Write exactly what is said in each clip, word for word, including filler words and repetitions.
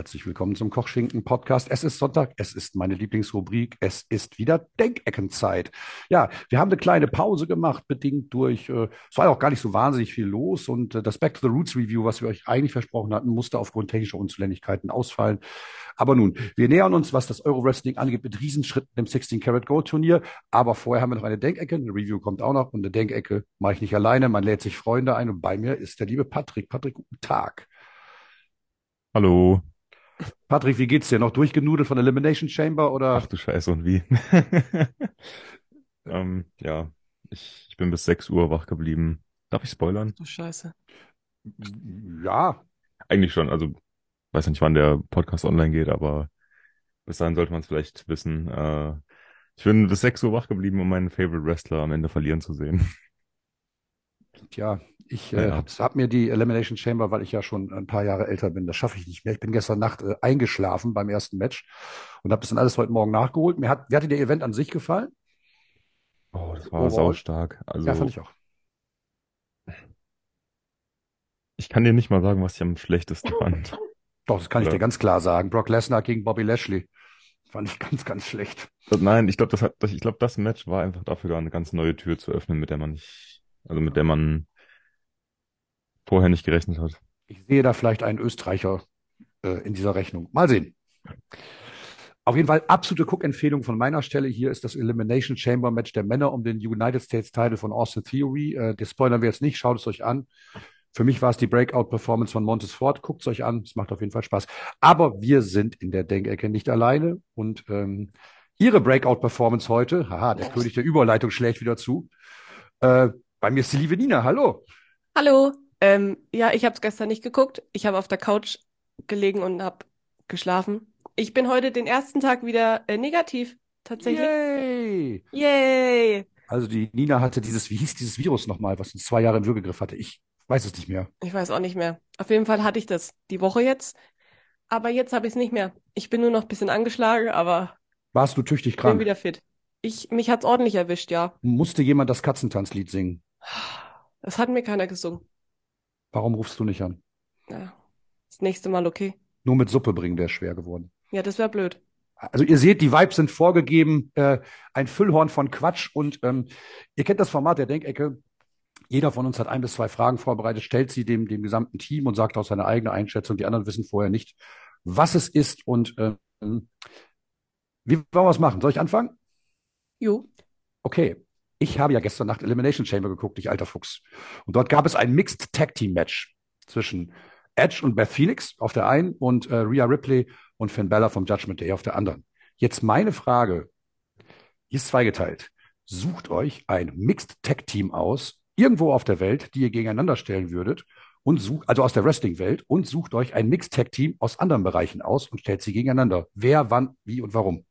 herzlich willkommen zum Kochschinken-Podcast. Es ist Sonntag, es ist meine Lieblingsrubrik, es ist wieder Denkeckenzeit. Ja, wir haben eine kleine Pause gemacht, bedingt durch, äh, es war ja auch gar nicht so wahnsinnig viel los und äh, das Back to the Roots Review, was wir euch eigentlich versprochen hatten, musste aufgrund technischer Unzulänglichkeiten ausfallen. Aber nun, wir nähern uns, was das Euro-Wrestling angeht, mit Riesenschritten im sechzehn Karat Gold Turnier. Aber vorher haben wir noch eine Denkecke, eine Review kommt auch noch und eine Denkecke mache ich nicht alleine, man lädt sich Freunde ein und bei mir ist der liebe Patrick. Patrick, guten Tag. Hallo. Patrick, wie geht's dir? Noch durchgenudelt von Elimination Chamber Ach oder? du Scheiße, und wie? Ähm, ja, ich, ich bin bis sechs Uhr wach geblieben. Darf ich spoilern? Du Scheiße. Ja, Eigentlich schon, also weiß nicht, wann der Podcast online geht, aber bis dahin sollte man es vielleicht wissen. Äh, ich bin bis sechs Uhr wach geblieben, um meinen Favorite Wrestler am Ende verlieren zu sehen. ja, ich äh, Naja. hab, hab mir die Elimination Chamber, weil ich ja schon ein paar Jahre älter bin, das schaffe ich nicht mehr. Ich bin gestern Nacht äh, eingeschlafen beim ersten Match und habe das dann alles heute Morgen nachgeholt. Mir hat, mir hat dir der Event an sich gefallen? Oh, das war Overall? saustark. Ja, fand Also, ich auch. ich kann dir nicht mal sagen, was ich am schlechtesten fand. Doch, das kann ich dir Oder? ganz klar sagen. Brock Lesnar gegen Bobby Lashley. Fand ich ganz, ganz schlecht. Nein, ich glaube, das hat, ich glaube, das Match war einfach dafür da, eine ganz neue Tür zu öffnen, mit der man nicht, also mit der man vorher nicht gerechnet hat. Ich sehe da vielleicht einen Österreicher äh, in dieser Rechnung. Mal sehen. Auf jeden Fall absolute Cook-Empfehlung von meiner Stelle. Hier ist das Elimination Chamber Match der Männer um den United States Title von Austin Theory. Äh, das spoilern wir jetzt nicht. Schaut es euch an. Für mich war es die Breakout-Performance von Montez Ford. Guckt es euch an. Es macht auf jeden Fall Spaß. Aber wir sind in der Denkecke nicht alleine. Und ähm, ihre Breakout-Performance heute, haha, der König der Überleitung schlägt wieder zu. Äh, bei mir ist die liebe Nina. Hallo. Hallo. Ähm, ja, ich habe es gestern nicht geguckt. Ich habe auf der Couch gelegen und habe geschlafen. Ich bin heute den ersten Tag wieder äh, negativ, tatsächlich. Yay! Yay! Also die Nina hatte dieses, wie hieß dieses Virus nochmal, was uns zwei Jahre im Würgegriff hatte? Ich weiß es nicht mehr. Ich weiß auch nicht mehr. Auf jeden Fall hatte ich das die Woche jetzt, aber jetzt habe ich es nicht mehr. Ich bin nur noch ein bisschen angeschlagen, aber Warst du tüchtig bin krank? wieder fit. Ich, mich hat's ordentlich erwischt, ja. Musste jemand das Katzentanzlied singen? Das hat mir keiner gesungen. Warum rufst du nicht an? Ja. Das nächste Mal okay. Nur mit Suppe bringen wäre schwer geworden. Ja, das wäre blöd. Also ihr seht, die Vibes sind vorgegeben, äh, ein Füllhorn von Quatsch und ähm, ihr kennt das Format der Denkecke. Jeder von uns hat ein bis zwei Fragen vorbereitet, stellt sie dem, dem gesamten Team und sagt auch seine eigene Einschätzung. Die anderen wissen vorher nicht, was es ist und ähm, wie wollen wir es machen? Soll ich anfangen? Jo. Okay. Ich habe ja gestern Nacht Elimination Chamber geguckt, ich alter Fuchs. Und dort gab es ein Mixed Tag Team Match zwischen Edge und Beth Phoenix auf der einen und äh, Rhea Ripley und Finn Balor vom Judgment Day auf der anderen. Jetzt meine Frage, die ist zweigeteilt. Sucht euch ein Mixed Tag Team aus, irgendwo auf der Welt, die ihr gegeneinander stellen würdet, und sucht, also aus der Wrestling-Welt, und sucht euch ein Mixed Tag Team aus anderen Bereichen aus und stellt sie gegeneinander. Wer, wann, wie und warum.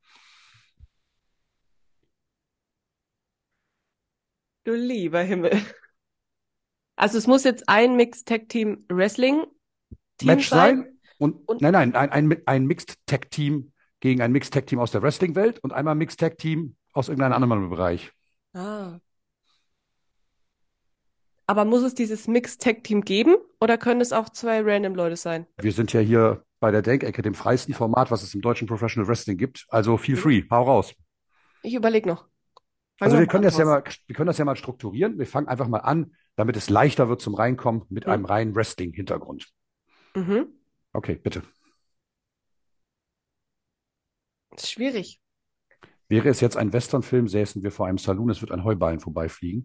Du lieber Himmel. Also es muss jetzt ein Mixed Tag Team Wrestling Team Match sein sein und und nein, nein, ein, ein, ein Mixed Tag Team gegen ein Mixed Tag Team aus der Wrestling-Welt und einmal Mixed Tag Team aus irgendeinem anderen Bereich. ah. Aber muss es dieses Mixed Tag Team geben oder können es auch zwei random Leute sein? Wir sind ja hier bei der Denkecke, dem freiesten Format, was es im deutschen Professional Wrestling gibt. Also feel Mhm. free, hau raus. Ich überlege noch. Fang Also noch wir mal können an, das ja Thorsten. mal, wir können das ja mal strukturieren. Wir fangen einfach mal an, damit es leichter wird zum Reinkommen mit Mhm. einem reinen Wrestling-Hintergrund. Mhm. Okay, bitte. Das ist schwierig. Wäre es jetzt ein Westernfilm, säßen wir vor einem Saloon, es wird ein Heuballen vorbeifliegen.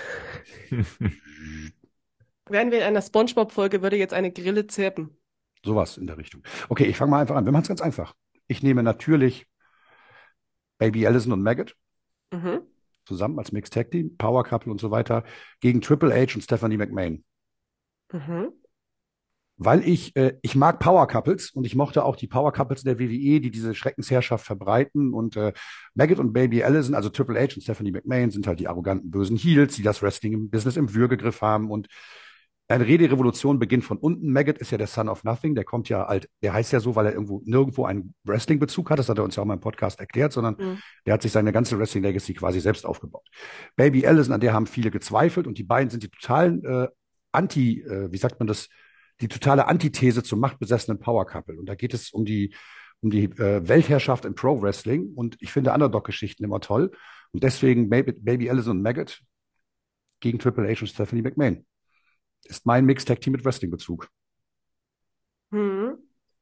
Wären wir in einer SpongeBob-Folge, würde jetzt eine Grille zirpen. Sowas in der Richtung. Okay, ich fange mal einfach an. Wir machen es ganz einfach. Ich nehme natürlich Baby Allison und Maggot Mhm. zusammen als Mixed Tag Team, Power Couple und so weiter, gegen Triple H und Stephanie McMahon. Mhm. Weil ich, äh, ich mag Power Couples und ich mochte auch die Power Couples in der W W E, die diese Schreckensherrschaft verbreiten. Und äh, Maggot und Baby Allison, also Triple H und Stephanie McMahon, sind halt die arroganten, bösen Heels, die das Wrestling im Business im Würgegriff haben. Und eine Rede-Revolution beginnt von unten. Maggot ist ja der Son of Nothing. Der kommt ja alt, der heißt ja so, weil er irgendwo nirgendwo einen Wrestling-Bezug hat. Das hat er uns ja auch mal im Podcast erklärt, sondern Mhm. der hat sich seine ganze Wrestling-Legacy quasi selbst aufgebaut. Baby Allison, an der haben viele gezweifelt und die beiden sind die totalen äh, Anti, äh, wie sagt man das? die totale Antithese zum machtbesessenen Power Couple. Und da geht es um die, um die äh, Weltherrschaft im Pro Wrestling. Und ich finde Underdog-Geschichten immer toll. Und deswegen Baby, Baby Allison und Maggot gegen Triple H und Stephanie McMahon. Ist mein Mixed-Tag-Team mit Wrestling-Bezug. Hm.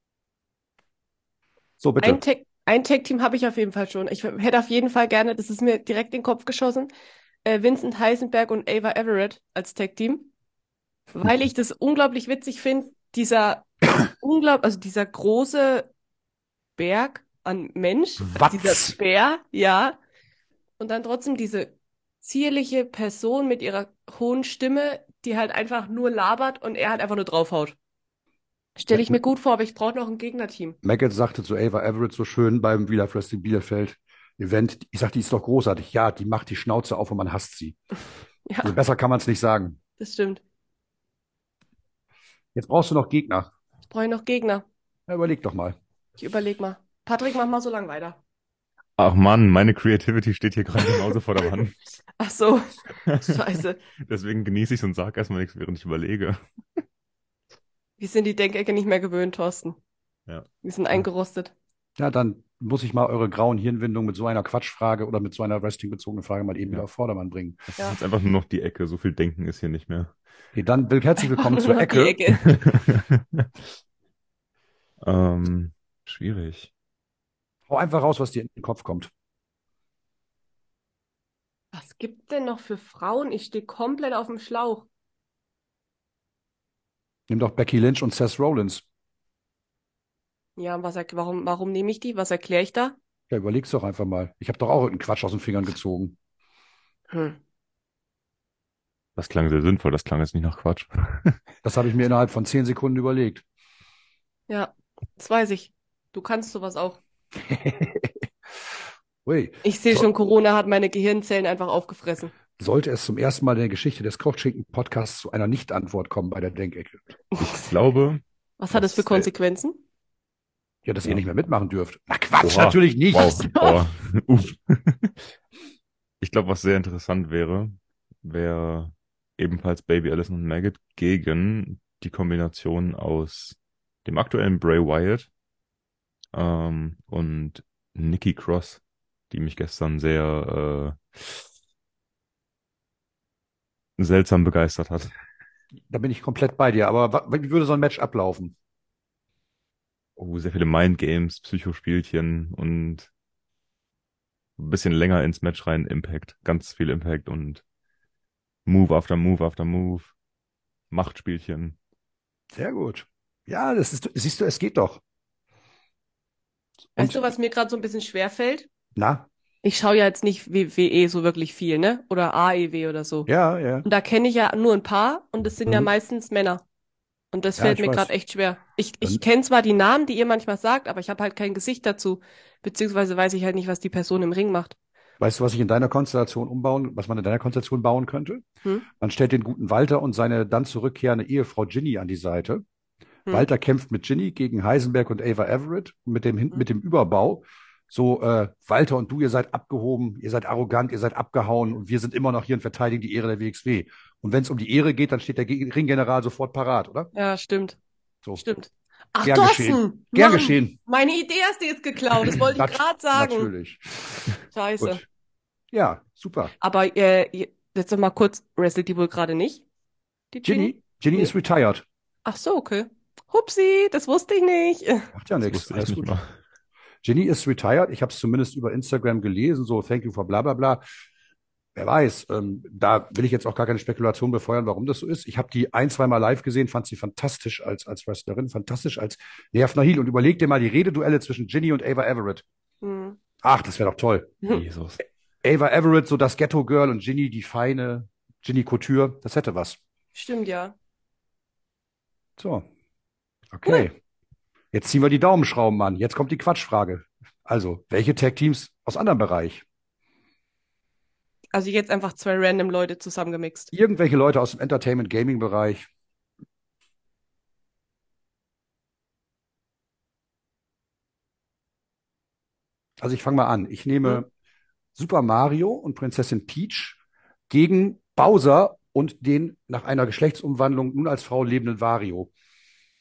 So, Ein bitte. Tag, ein Tag-Team habe ich auf jeden Fall schon. Ich hätte auf jeden Fall gerne, das ist mir direkt in den Kopf geschossen, äh, Vincent Heisenberg und Ava Everett als Tag-Team, weil ich das unglaublich witzig finde, dieser unglaub, also dieser große Berg an Mensch, dieser Watz. Bär, ja, und dann trotzdem diese zierliche Person mit ihrer hohen Stimme, die halt einfach nur labert und er halt einfach nur draufhaut. Stelle ich mir gut vor, aber ich brauche noch ein Gegnerteam. Maggot sagte zu Ava Everett so schön beim Wheeler Wrestling Bielefeld Event. Ich sagte, die ist doch großartig. Ja, die macht die Schnauze auf und man hasst sie. Ja, Also besser kann man es nicht sagen. das stimmt. Jetzt brauchst du noch Gegner. Ich brauche noch Gegner. Ja, überleg doch mal. Ich überleg mal. Patrick, mach mal so lang weiter. Ach Mann, meine Creativity steht hier gerade genauso vor der Wand. Ach so, scheiße. Deswegen genieße ich es und sag erstmal nichts, während ich überlege. Wir sind die Denkecke nicht mehr gewöhnt, Thorsten. Ja. Wir sind eingerostet. Ja, dann muss ich mal eure grauen Hirnwindungen mit so einer Quatschfrage oder mit so einer Wrestling-bezogenen Frage mal eben Ja. wieder auf Vordermann bringen. Das Ja. ist jetzt einfach nur noch die Ecke. So viel Denken ist hier nicht mehr. Okay, dann will herzlich willkommen zur Die Ecke. Ecke. ähm, schwierig. Hau einfach raus, was dir in den Kopf kommt. Was gibt denn noch für Frauen? Ich stehe komplett auf dem Schlauch. Nimm doch Becky Lynch und Seth Rollins. Ja, was er, warum, warum nehme ich die? Was erkläre ich da? Ja, überleg's doch einfach mal. Ich habe doch auch irgendeinen Quatsch aus den Fingern gezogen. Hm. Das klang sehr sinnvoll. Das klang jetzt nicht nach Quatsch. Das habe ich mir innerhalb von zehn Sekunden überlegt. Ja, das weiß ich. Du kannst sowas auch. Ui. Ich sehe So- schon, Corona hat meine Gehirnzellen einfach aufgefressen. Sollte es zum ersten Mal in der Geschichte des Kochschinken-Podcasts zu einer Nicht-Antwort kommen bei der Denkecke. Ich glaube, Was hat das für Was, äh, Konsequenzen? Ja, dass Ja. ihr nicht mehr mitmachen dürft. Na Quatsch, Oha. natürlich nicht. wow, boah, uff. Ich glaube, was sehr interessant wäre, wäre ebenfalls Baby Allison und Maggot gegen die Kombination aus dem aktuellen Bray Wyatt ähm, und Nikki Cross, die mich gestern sehr äh, seltsam begeistert hat. Da bin ich komplett bei dir. Aber wa- wie würde so ein Match ablaufen? Oh, sehr viele Mindgames, Psychospielchen und ein bisschen länger ins Match rein Impact. Ganz viel Impact und Move after Move after Move. Machtspielchen. Sehr gut. Ja, das ist, siehst du, es geht doch. Weißt Und- du, was mir gerade so ein bisschen schwer fällt? Na, Ich schaue ja jetzt nicht W W E so wirklich viel, ne? Oder A E W oder so. ja, ja. Und da kenne ich ja nur ein paar und das sind ja Mhm. meistens Männer. Und das Ja, fällt ich mir weiß. gerade echt schwer. Ich, ich Dann- kenne zwar die Namen, die ihr manchmal sagt, aber ich habe halt kein Gesicht dazu. Beziehungsweise weiß ich halt nicht, was die Person im Ring macht. Weißt du, was ich in deiner Konstellation umbauen, was man in deiner Konstellation bauen könnte? Hm? Man stellt den guten Walter und seine dann zurückkehrende Ehefrau Ginny an die Seite. Hm. Walter kämpft mit Ginny gegen Heisenberg und Ava Everett und mit dem, hin- Hm. mit dem Überbau. So, äh, Walter und du, ihr seid abgehoben, ihr seid arrogant, ihr seid abgehauen und wir sind immer noch hier und verteidigen die Ehre der W X W. Und wenn es um die Ehre geht, dann steht der Ge- Ringgeneral sofort parat, oder? Ja, stimmt. So. Stimmt. Ach, Gern Thorsten! geschehen. Gern Mann, geschehen. meine Idee hast du jetzt geklaut. Das wollte ich Nat- gerade sagen. Natürlich. Scheiße. Gut. Ja, super. Aber äh, jetzt noch mal kurz, wrestelt die wohl gerade nicht? Die Ginny, Ginny Nee. ist retired. Ach so, okay. Hupsi, das wusste ich nicht. Macht ja Das nichts. wusste ich Alles nicht gut. mal. Ginny ist retired. Ich habe es zumindest über Instagram gelesen, so thank you for bla bla bla. Wer weiß, ähm, da will ich jetzt auch gar keine Spekulation befeuern, warum das so ist. Ich habe die ein, zweimal live gesehen, fand sie fantastisch als, als Wrestlerin, fantastisch als nervender Heel. Und überleg dir mal die Rededuelle zwischen Ginny und Ava Everett. Hm. Ach, das wäre doch toll. Jesus. Ava Everett, so das Ghetto-Girl und Ginny, die feine Ginny Couture, das hätte was. Stimmt, ja. So, okay. Jetzt ziehen wir die Daumenschrauben an. Jetzt kommt die Quatschfrage. Also, welche Tag-Teams aus anderem Bereich? Also jetzt einfach zwei random Leute zusammengemixt. Irgendwelche Leute aus dem Entertainment-Gaming-Bereich. Also ich fange mal an. Ich nehme Hm. Super Mario und Prinzessin Peach gegen Bowser und den nach einer Geschlechtsumwandlung nun als Frau lebenden Wario.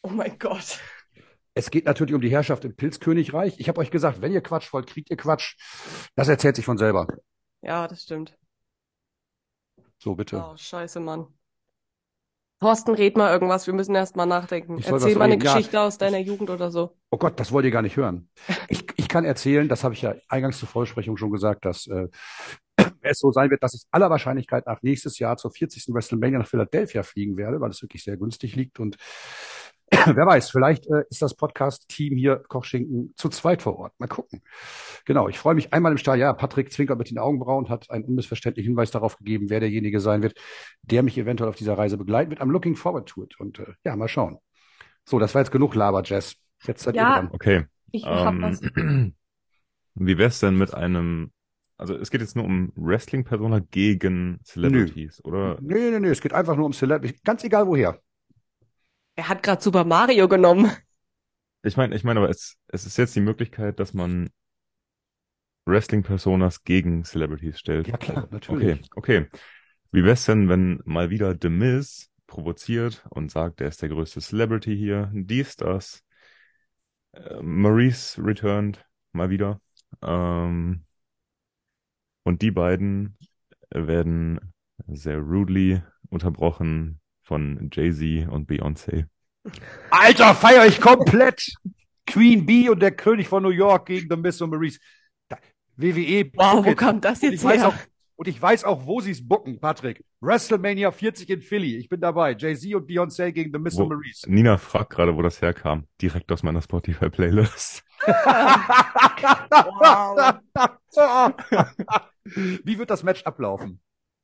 Oh mein Gott. Es geht natürlich um die Herrschaft im Pilzkönigreich. Ich habe euch gesagt, wenn ihr Quatsch wollt, kriegt ihr Quatsch. Das erzählt sich von selber. Ja, das stimmt. So, bitte. Oh, scheiße, Mann. Thorsten, red mal irgendwas. Wir müssen erst mal nachdenken. Ich soll Erzähl was mal eine reden. Ja, Geschichte aus deiner ich, Jugend oder so. oh Gott, das wollt ihr gar nicht hören. Ich, ich kann erzählen, das habe ich ja eingangs zur Vollsprechung schon gesagt, dass äh, es so sein wird, dass ich aller Wahrscheinlichkeit nach nächstes Jahr zur vierzigsten WrestleMania nach Philadelphia fliegen werde, weil es wirklich sehr günstig liegt. Und wer weiß, vielleicht äh, ist das Podcast-Team hier Kochschinken zu zweit vor Ort. Mal gucken. Genau, ich freue mich einmal im Stadion. Ja, Patrick zwinkert mit den Augenbrauen, hat einen unmissverständlichen Hinweis darauf gegeben, wer derjenige sein wird, der mich eventuell auf dieser Reise begleiten wird. I'm looking forward to it. Und äh, ja, mal schauen. So, das war jetzt genug Laber, Jess. Jetzt seid ihr Ja, dran. Okay. ich hab was. Ähm, wie wär's denn mit einem, also es geht jetzt nur um Wrestling-Persona gegen Nö. Celebrities, oder? Nee, nee, nee, es geht einfach nur um Celebrity. Ganz egal woher. Er hat gerade Super Mario genommen. Ich meine, ich meine, aber es, es ist jetzt die Möglichkeit, dass man Wrestling-Personas gegen Celebrities stellt. Ja, klar, Okay, natürlich. okay. Wie wär's denn, wenn mal wieder The Miz provoziert und sagt, er ist der größte Celebrity hier, dies, das. Äh, Maurice returned mal wieder. Ähm, und die beiden werden sehr rudely unterbrochen von Jay-Z und Beyoncé. Alter, feier ich komplett. Queen Bee und der König von New York gegen The Miz und Maurice. Da, W W E, Wow, book wo it. kam das Und jetzt ich weiß her? auch, und ich weiß auch, wo sie es bucken, Patrick. WrestleMania vierzig in Philly. Ich bin dabei. Jay-Z und Beyoncé gegen The Miz und Wo, Maurice. Nina fragt gerade, wo das herkam. Direkt aus meiner Spotify-Playlist. Wow. Wie wird das Match ablaufen?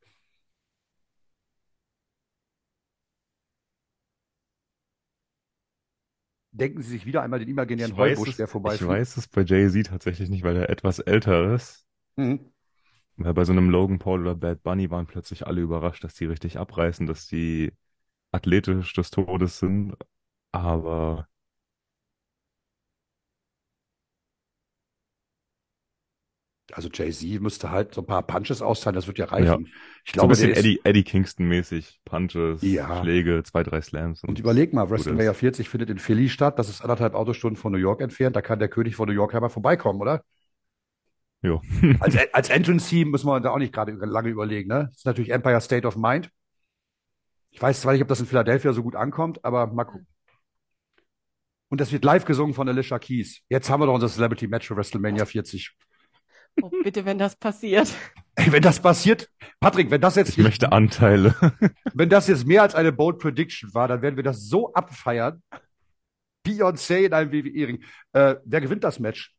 Denken Sie sich wieder einmal den imaginären Ich weiß Heubusch, es, der ich vorbeifliegt. weiß es bei Jay-Z tatsächlich nicht, weil er etwas älter ist. Mhm. Weil bei so einem Logan Paul oder Bad Bunny waren plötzlich alle überrascht, dass die richtig abreißen, dass die athletisch des Todes sind. Aber Also Jay-Z müsste halt so ein paar Punches austeilen, das wird ja ja, reichen. Ich so ein glaube, der bisschen ist, Eddie, Eddie Kingston-mäßig. Punches, ja. Schläge, zwei, drei Slams Und und überleg mal, gut WrestleMania ist. vierzig findet in Philly statt. Das ist anderthalb Autostunden von New York entfernt. Da kann der König von New York ja mal vorbeikommen, oder? Jo. Als, als Entrance-Team müssen wir da auch nicht gerade lange überlegen, ne? Das ist natürlich Empire State of Mind. Ich weiß zwar nicht, ob das in Philadelphia so gut ankommt, aber mal gucken. Und das wird live gesungen von Alicia Keys. Jetzt haben wir doch unser Celebrity-Match für WrestleMania vierzig. Oh, bitte, wenn das passiert. Ey, wenn das passiert, Patrick, wenn das jetzt, Ich möchte Anteile. wenn das jetzt mehr als eine Bold Prediction war, dann werden wir das so abfeiern. Beyoncé in einem W W E-Ring. Äh, wer gewinnt das Match?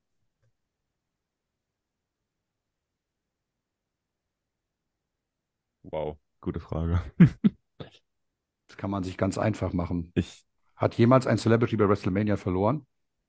Wow, gute Frage. Das kann man sich ganz einfach machen. Ich, Hat jemals ein Celebrity bei WrestleMania verloren?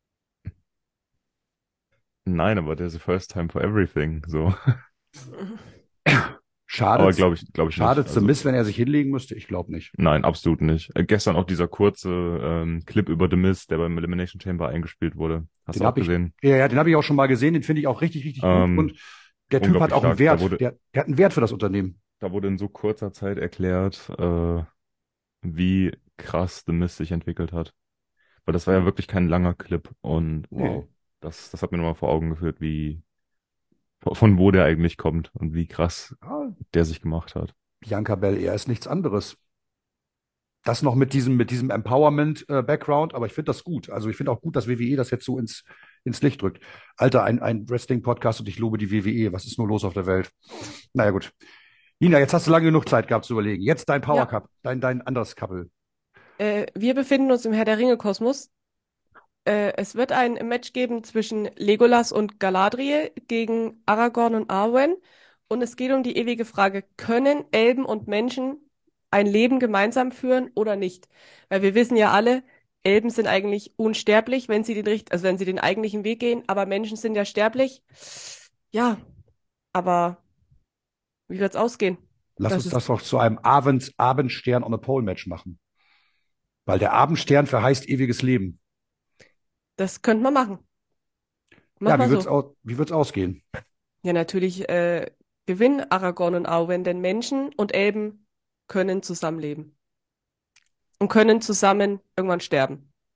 nein, aber there's a first time for everything. So. Aber Schadet, glaube ich, glaube ich nicht. schadet The Also, Miz, wenn er sich hinlegen müsste? Ich glaube nicht. nein, absolut nicht. Äh, gestern auch dieser kurze ähm, Clip über The Miz, der beim Elimination Chamber eingespielt wurde. Hast Den du auch habe ich, gesehen? ja, ja, den habe ich auch schon mal gesehen. Den finde ich auch richtig, richtig gut. Ähm, Und der Typ hat unglaublich auch einen stark. Da Wert. wurde, Der, der hat einen Wert für das Unternehmen. da wurde in so kurzer Zeit erklärt, äh, wie krass The Miz sich entwickelt hat. Weil das war ja wirklich kein langer Clip. Und wow, Nee. das, das hat mir nochmal vor Augen geführt, wie, von wo der eigentlich kommt und wie krass Ja, der sich gemacht hat. Bianca Belair ist nichts anderes. Das noch mit diesem, mit diesem Empowerment-Background, aber ich finde das gut. Also ich finde auch gut, dass W W E das jetzt so ins, ins Licht drückt. Alter, ein, ein Wrestling-Podcast und ich lobe die W W E. Was ist nur los auf der Welt? Naja, gut. Nina, jetzt hast du lange genug Zeit gehabt zu überlegen. Jetzt dein Power Ja, Cup, dein, dein anderes Couple. äh, wir befinden uns im Herr der Ringe-Kosmos. Äh, es wird ein Match geben zwischen Legolas und Galadriel gegen Aragorn und Arwen. Und es geht um die ewige Frage, können Elben und Menschen ein Leben gemeinsam führen oder nicht? Weil wir wissen ja alle, Elben sind eigentlich unsterblich, wenn sie den, richt- also wenn sie den eigentlichen Weg gehen, aber Menschen sind ja sterblich. Ja, aber wie wird's ausgehen? Lass Das uns ist, das doch zu einem Abend, Abendstern on a Pole Match machen. Weil der Abendstern verheißt ewiges Leben. das könnte man machen. Mach Ja, wie mal wird's, so. au wie wird's ausgehen? Ja, natürlich äh, gewinnen Aragorn und Arwen, denn Menschen und Elben können zusammenleben und können zusammen irgendwann sterben.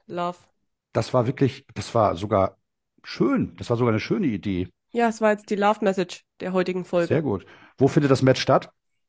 Love. Das war wirklich, das war sogar schön. Das war sogar eine schöne Idee. Ja, es war jetzt die Love Message der heutigen Sehr Folge. gut. Wo findet das Match statt?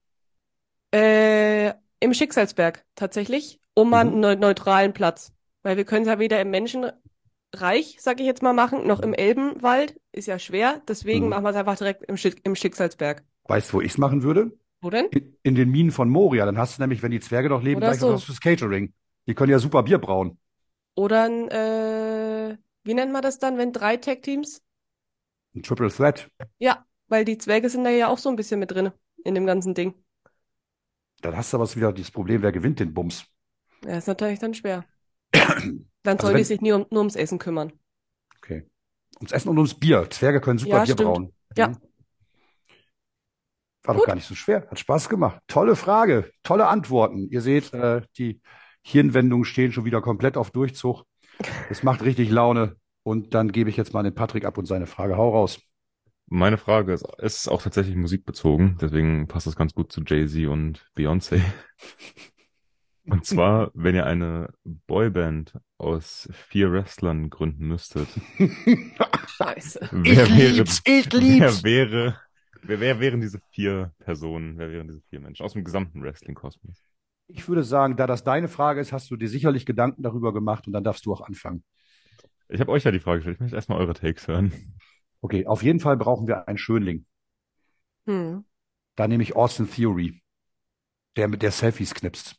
Äh, im Schicksalsberg tatsächlich, um mal einen Mhm. neu- neutralen Platz. Weil wir können es ja weder im Menschenreich, sag ich jetzt mal, machen, noch im Elbenwald. Ist ja schwer. Deswegen Mhm. machen wir es einfach direkt im, Schick im Schicksalsberg. Weißt du, wo ich es machen würde? Wo denn? In, in den Minen von Moria. Dann hast du nämlich, wenn die Zwerge noch leben, Oder gleich noch was so. fürs Catering. Die können ja super Bier brauen. Oder ein, äh, wie nennt man das dann, wenn drei Tag-Teams? Ein Triple Threat. Ja, weil die Zwerge sind da ja auch so ein bisschen mit drin in dem ganzen Ding. Dann hast du aber wieder dieses Problem, wer gewinnt den Bums. Ja, ist natürlich dann schwer. Dann Also sollen die wenn, sich nie um, nur ums Essen kümmern. okay. Ums Essen und ums Bier. Zwerge können super Ja, Bier stimmt. brauen. Ja, Hm. War doch gar gut. nicht so schwer. Hat Spaß gemacht. Tolle Frage. Tolle Antworten. Ihr seht, äh, die Hirnwendungen stehen schon wieder komplett auf Durchzug. Das macht richtig Laune. Und dann gebe ich jetzt mal an den Patrick ab und seine Frage. Hau raus. Meine Frage ist, ist auch tatsächlich musikbezogen, deswegen passt das ganz gut zu Jay-Z und Beyoncé. Und zwar, wenn ihr eine Boyband aus vier Wrestlern gründen müsstet, Scheiße. Ich wer wäre, lieb's, ich wer lieb's. wäre, wer, wer wären diese vier Personen, wer wären diese vier Menschen aus dem gesamten Wrestling-Kosmos? Ich würde sagen, da das deine Frage ist, hast du dir sicherlich Gedanken darüber gemacht und dann darfst du auch anfangen. Ich habe euch ja die Frage gestellt, ich möchte erstmal eure Takes hören. Okay, auf jeden Fall brauchen wir einen Schönling. Hm. Da nehme ich Austin Theory, der mit der Selfies knipst.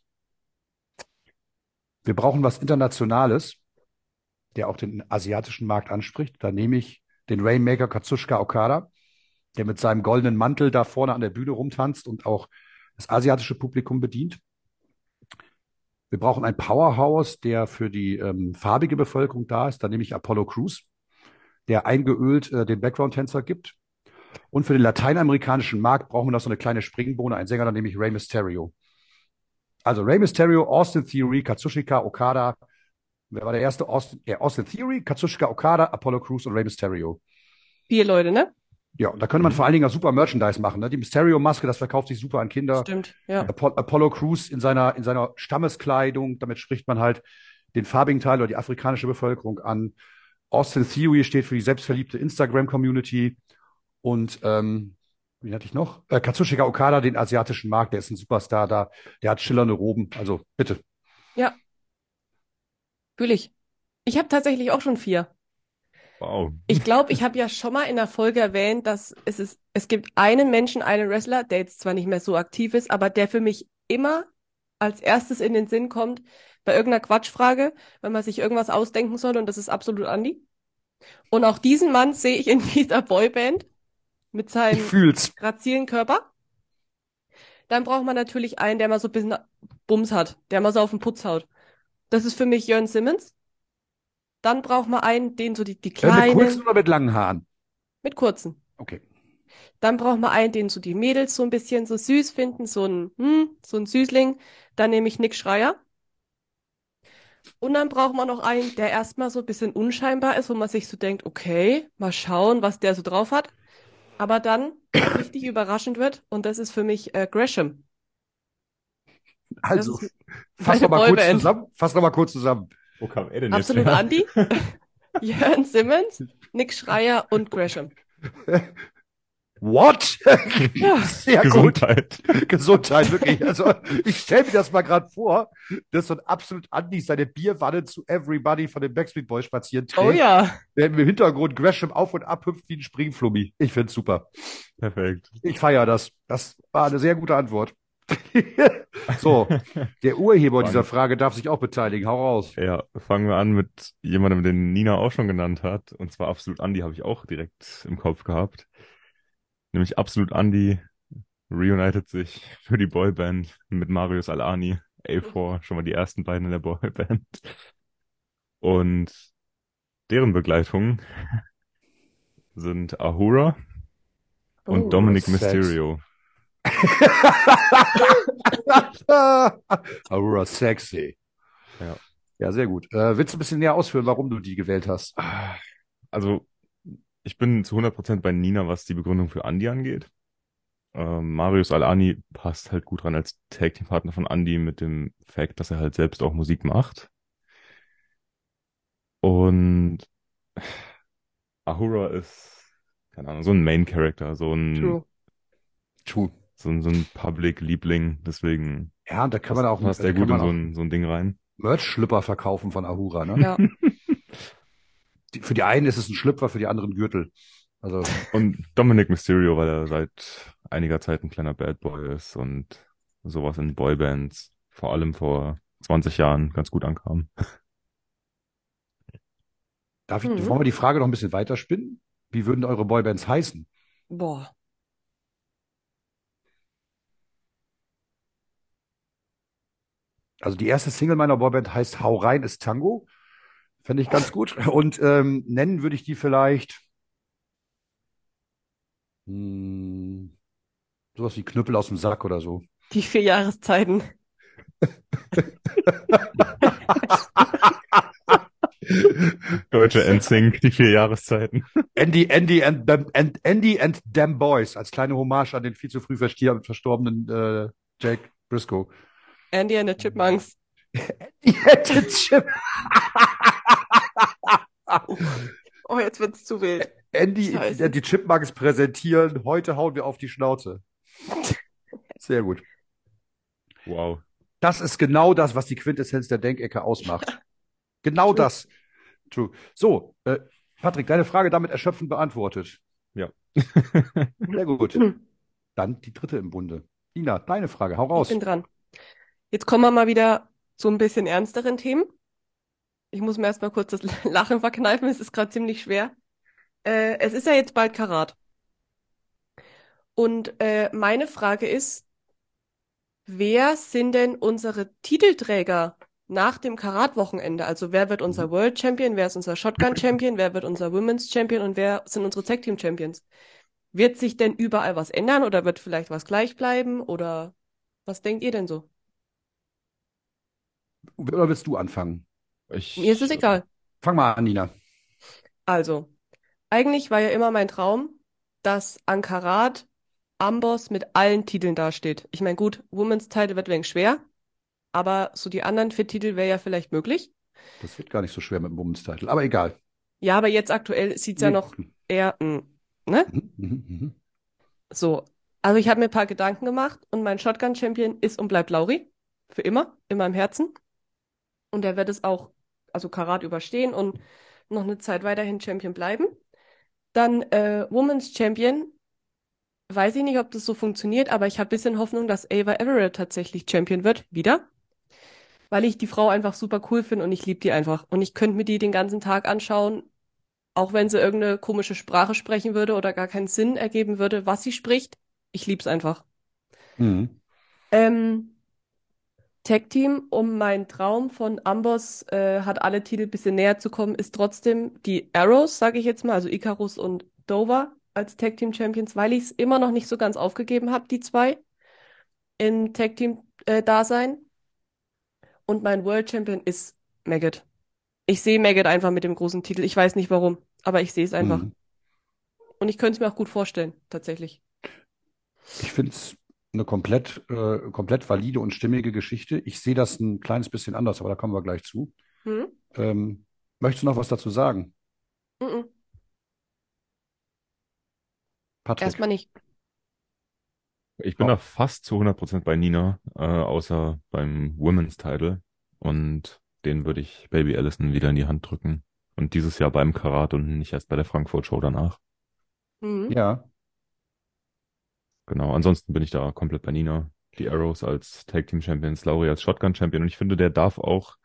Wir brauchen was Internationales, der auch den asiatischen Markt anspricht. Da nehme ich den Rainmaker Katsushika Okada, der mit seinem goldenen Mantel da vorne an der Bühne rumtanzt und auch das asiatische Publikum bedient. Wir brauchen ein Powerhouse, der für die ähm, farbige Bevölkerung da ist. Da nehme ich Apollo Crews, der eingeölt äh, den Background-Tänzer gibt. Und für den lateinamerikanischen Markt brauchen wir noch so eine kleine Springbohne, einen Sänger, da nehme ich Rey Mysterio. Also Rey Mysterio, Austin Theory, Katsushika Okada. Wer war der erste? Austin, ja, Austin Theory, Katsushika Okada, Apollo Crews und Rey Mysterio. Vier Leute, ne? Ja, und da könnte man Mhm. vor allen Dingen auch super Merchandise machen. Ne? Die Mysterio-Maske, das verkauft sich super an Kinder. Stimmt, ja. Apo Apollo Crews in seiner, in seiner Stammeskleidung, damit spricht man halt den farbigen Teil oder die afrikanische Bevölkerung an. Austin Theory steht für die selbstverliebte Instagram-Community. Und ähm, wie hatte ich noch? Äh, Katsushika Okada, den asiatischen Markt, der ist ein Superstar da. Der hat schillernde Roben. Also bitte. Ja, fühle ich. Ich habe tatsächlich auch schon vier. Wow. Ich glaube, ich habe ja schon mal in der Folge erwähnt, dass es ist, es gibt einen Menschen, einen Wrestler, der jetzt zwar nicht mehr so aktiv ist, aber der für mich immer als erstes in den Sinn kommt bei irgendeiner Quatschfrage, wenn man sich irgendwas ausdenken soll, und das ist absolut Andy. Und auch diesen Mann sehe ich in dieser Boyband mit Ich seinem fühl's. grazilen Körper. Dann braucht man natürlich einen, der mal so ein bisschen Bums hat, der mal so auf den Putz haut. Das ist für mich Jörn Simmons. Dann braucht man einen, den so die, die Äh, mit kurzen Kleinen, oder mit langen Haaren? mit kurzen. Okay. Dann braucht man einen, den so die Mädels so ein bisschen so süß finden, so ein, hm, so ein Süßling. Dann nehme ich Nick Schreier. Und dann braucht man noch einen, der erstmal so ein bisschen unscheinbar ist, wo man sich so denkt, okay, mal schauen, was der so drauf hat. Aber dann richtig überraschend wird. Und das ist für mich äh, Gresham. Das Also, ist fass meine noch mal kurz Boyband. zusammen. Fass noch mal kurz zusammen. Wo kam er denn jetzt Absolut her? Andy, Jörn Simmons, Nick Schreier und Gresham. What? Ja, Sehr gut. Gesundheit. Gesundheit, wirklich. Also, ich stelle mir das mal gerade vor, dass so ein absolut Andi seine Bierwanne zu Everybody von den Backstreet Boys spazieren oh trägt, ja. während im Hintergrund Gresham auf und ab hüpft wie ein Springflummi. Ich find's super. Perfekt. Ich feiere das. Das war eine sehr gute Antwort. So, der Urheber dieser Fang- Frage darf sich auch beteiligen. Hau raus. Ja, fangen wir an mit jemandem, den Nina auch schon genannt hat. Und zwar Absolut Andy habe ich auch direkt im Kopf gehabt. Nämlich Absolut Andy reunited sich für die Boyband mit Marius Al-Ani, A vier, schon mal die ersten beiden in der Boyband. Und deren Begleitung sind Ahura und Oh. Dominic Sex. Mysterio. Aurora sexy. Ja. Ja, sehr gut. Äh, willst du ein bisschen näher ausführen, warum du die gewählt hast? Also, ich bin zu hundert Prozent bei Nina, was die Begründung für Andy angeht. Ähm, Marius Al-Ani passt halt gut rein als Tag-Team-Partner von Andy mit dem Fakt, dass er halt selbst auch Musik macht. Ahura ist, keine Ahnung, so ein Main-Character, so ein, True. True. so ein, so ein Public-Liebling. Deswegen Ja, und da kann man passt, auch, passt da der kann gut in man so auch ein, so ein Ding rein. Merch-Schlüpper verkaufen von Ahura, ne? Ja. Die, für die einen ist es ein Schlüpfer, für die anderen Gürtel. Also, Und Dominic Mysterio, weil er seit einiger Zeit ein kleiner Bad Boy ist und sowas in Boybands, vor allem vor zwanzig Jahren, ganz gut ankam. darf ich, Mhm. wollen wir die Frage noch ein bisschen weiterspinnen? Wie würden eure Boybands heißen? Boah. Also die erste Single meiner Boyband heißt Hau rein ist Tango. Fände ich ganz gut. Und ähm, nennen würde ich die vielleicht hm, sowas wie Knüppel aus dem Sack oder so. Die vier Jahreszeiten. Deutsche N Sync, die vier Jahreszeiten. Andy, Andy and, them, and Andy and Them Boys als kleine Hommage an den viel zu früh verstir- verstorbenen äh, Jake Briscoe. Andy and the Chipmunks. Die hätte Chip. Oh, jetzt wird's zu wild. Andy, Scheiße. die Chipmunks präsentieren. Heute hauen wir auf die Schnauze. Sehr gut. Wow. Das ist genau das, was die Quintessenz der Denkecke ausmacht. Genau True. das. True. So, äh, Patrick, deine Frage damit erschöpfend beantwortet. Ja. Sehr gut. Hm. Dann die dritte im Bunde. Ina, deine Frage, hau Ich raus. bin dran. Jetzt kommen wir mal wieder zu ein bisschen ernsteren Themen. Ich muss mir erstmal kurz das Lachen verkneifen, es ist gerade ziemlich schwer. Äh, es ist ja jetzt bald Karat. Und äh, meine Frage ist, wer sind denn unsere Titelträger nach dem Karat-Wochenende? Also wer wird unser Mhm. World Champion, wer ist unser Shotgun Champion, wer wird unser Women's Champion und wer sind unsere Tag Team Champions? Wird sich denn überall was ändern oder wird vielleicht was gleich bleiben oder was denkt ihr denn so? Oder willst du anfangen? Mir ist es Ich, äh, egal. Fang mal an, Nina. Also, eigentlich war ja immer mein Traum, dass an Karat Amboss mit allen Titeln dasteht. Ich meine, gut, Women's Title wird wenig schwer, aber so die anderen vier Titel wäre ja vielleicht möglich. Das wird gar nicht so schwer mit dem Women's Title, aber egal. Ja, aber jetzt aktuell sieht's ja Nee. noch eher, mh, ne? Mhm, mhm, mhm. So. Also ich habe mir ein paar Gedanken gemacht und mein Shotgun-Champion ist und bleibt Lauri. Für immer, in meinem Herzen. Und er wird es auch, also Karat überstehen und noch eine Zeit weiterhin Champion bleiben. Dann äh, Women's Champion. Weiß ich nicht, ob das so funktioniert, aber ich habe ein bisschen Hoffnung, dass Ava Everett tatsächlich Champion wird. Wieder. Weil ich die Frau einfach super cool finde und ich liebe die einfach. Und ich könnte mir die den ganzen Tag anschauen, auch wenn sie irgendeine komische Sprache sprechen würde oder gar keinen Sinn ergeben würde, was sie spricht. Ich lieb's einfach. Mhm. Ähm, Tag Team, um meinen Traum von Amboss äh, hat alle Titel ein bisschen näher zu kommen, ist trotzdem die Arrows, sage ich jetzt mal, also Icarus und Dover als Tag Team Champions, weil ich es immer noch nicht so ganz aufgegeben habe, die zwei in Tag Team äh, Dasein. Und mein World Champion ist Maggot. Ich sehe Maggot einfach mit dem großen Titel. Ich weiß nicht warum, aber ich sehe es einfach. Mhm. Und ich könnte es mir auch gut vorstellen, tatsächlich. Ich finde es eine komplett, äh, komplett valide und stimmige Geschichte. Ich sehe das ein kleines bisschen anders, aber da kommen wir gleich zu. Hm? Ähm, möchtest du noch was dazu sagen, Mhm. Patrick? Erstmal nicht. ich bin Oh. da fast zu hundert Prozent bei Nina, äh, außer beim Women's Title. Und den würde ich Baby Allison wieder in die Hand drücken. Und dieses Jahr beim Karat und nicht erst bei der Frankfurt Show danach. Mhm. Ja, Genau, ansonsten bin ich da komplett bei Nina. Die Arrows als Tag Team Champions, Laurie als Shotgun Champion. Und ich finde, der darf auch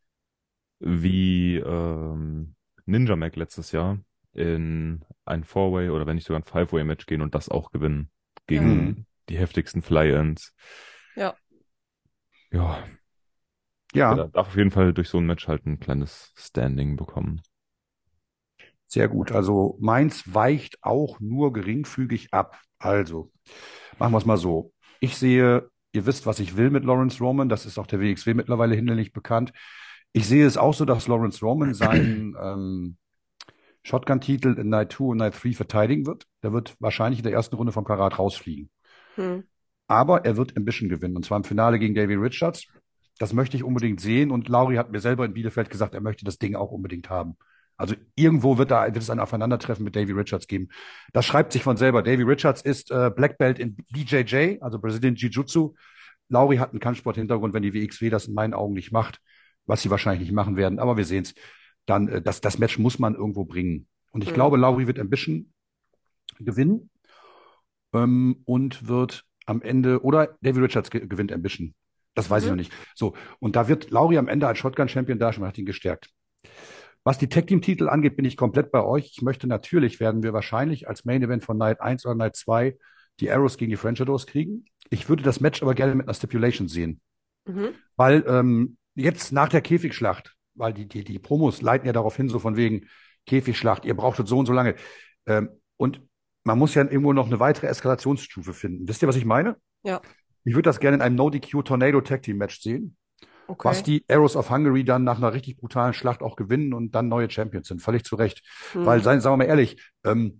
wie ähm, Ninja Mac letztes Jahr in ein Four-Way oder wenn nicht sogar ein Five-Way-Match gehen und das auch gewinnen gegen Mhm. die heftigsten Fly-Ins. Ja. Ja, ja, der darf auf jeden Fall durch so ein Match halt ein kleines Standing bekommen. sehr gut. Also meins weicht auch nur geringfügig ab. Also, machen wir es mal so. Ich sehe, ihr wisst, was ich will mit Lawrence Roman. Das ist auch der W X W mittlerweile hinlänglich bekannt. Ich sehe es auch so, dass Lawrence Roman seinen ähm, Shotgun-Titel in Night zwei und Night drei verteidigen wird. Der wird wahrscheinlich in der ersten Runde vom Karat rausfliegen. Hm. Aber er wird Ambition gewinnen, und zwar im Finale gegen Davey Richards. Das möchte ich unbedingt sehen. Und Lauri hat mir selber in Bielefeld gesagt, er möchte das Ding auch unbedingt haben. Also irgendwo wird da wird es ein Aufeinandertreffen mit Davey Richards geben. Das schreibt sich von selber. Davey Richards ist äh, Black Belt in B J J, also Brazilian Jiu-Jitsu. Lauri hat einen Kampfsport-Hintergrund, wenn die W X W das in meinen Augen nicht macht, was sie wahrscheinlich nicht machen werden, aber wir sehen es. Dann, äh, das, das Match muss man irgendwo bringen. Und ich Mhm. glaube, Lauri wird Ambition gewinnen ähm, und wird am Ende, oder Davey Richards ge gewinnt Ambition. Das weiß ich noch Mhm. nicht. So, und da wird Lauri am Ende als Shotgun-Champion dastehen, man hat ihn gestärkt. Was die Tag-Team-Titel angeht, bin ich komplett bei euch. Ich möchte natürlich, werden wir wahrscheinlich als Main-Event von Night eins oder Night zwei die Arrows gegen die French Adors kriegen. Ich würde das Match aber gerne mit einer Stipulation sehen. Mhm. Weil ähm, jetzt nach der Käfigschlacht, weil die, die, die Promos leiten ja darauf hin, so von wegen Käfigschlacht, ihr brauchtet so und so lange. Ähm, und man muss ja irgendwo noch eine weitere Eskalationsstufe finden. Wisst ihr, was ich meine? Ja, Ich würde das gerne in einem No-D Q Tornado Tag Team Match sehen, was okay. die Arrows of Hungary dann nach einer richtig brutalen Schlacht auch gewinnen und dann neue Champions sind. Völlig zu Recht. Weil, Mhm. seien, sagen wir mal ehrlich, ähm,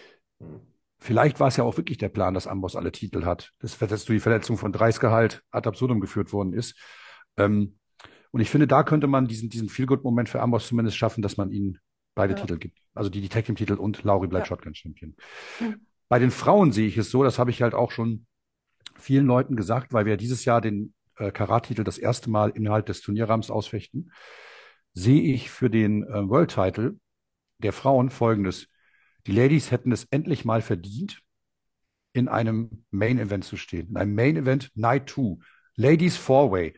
vielleicht war es ja auch wirklich der Plan, dass Amboss alle Titel hat. Das, dass die Verletzung von Dreisker halt ad absurdum geführt worden ist. Ähm, und ich finde, da könnte man diesen, diesen Feel-Good-Moment für Amboss zumindest schaffen, dass man ihnen beide Ja, Titel gibt. Also die, die Tag Team-Titel und Lauri bleibt ja. Shotgun-Champion. Mhm. Bei den Frauen sehe ich es so, das habe ich halt auch schon vielen Leuten gesagt, weil wir dieses Jahr den äh, Karat-Titel das erste Mal innerhalb des Turnierrahmens ausfechten, sehe ich für den äh, World-Title der Frauen Folgendes. Die Ladies hätten es endlich mal verdient, in einem Main-Event zu stehen. In einem Main-Event Night zwei. Ladies Four-Way.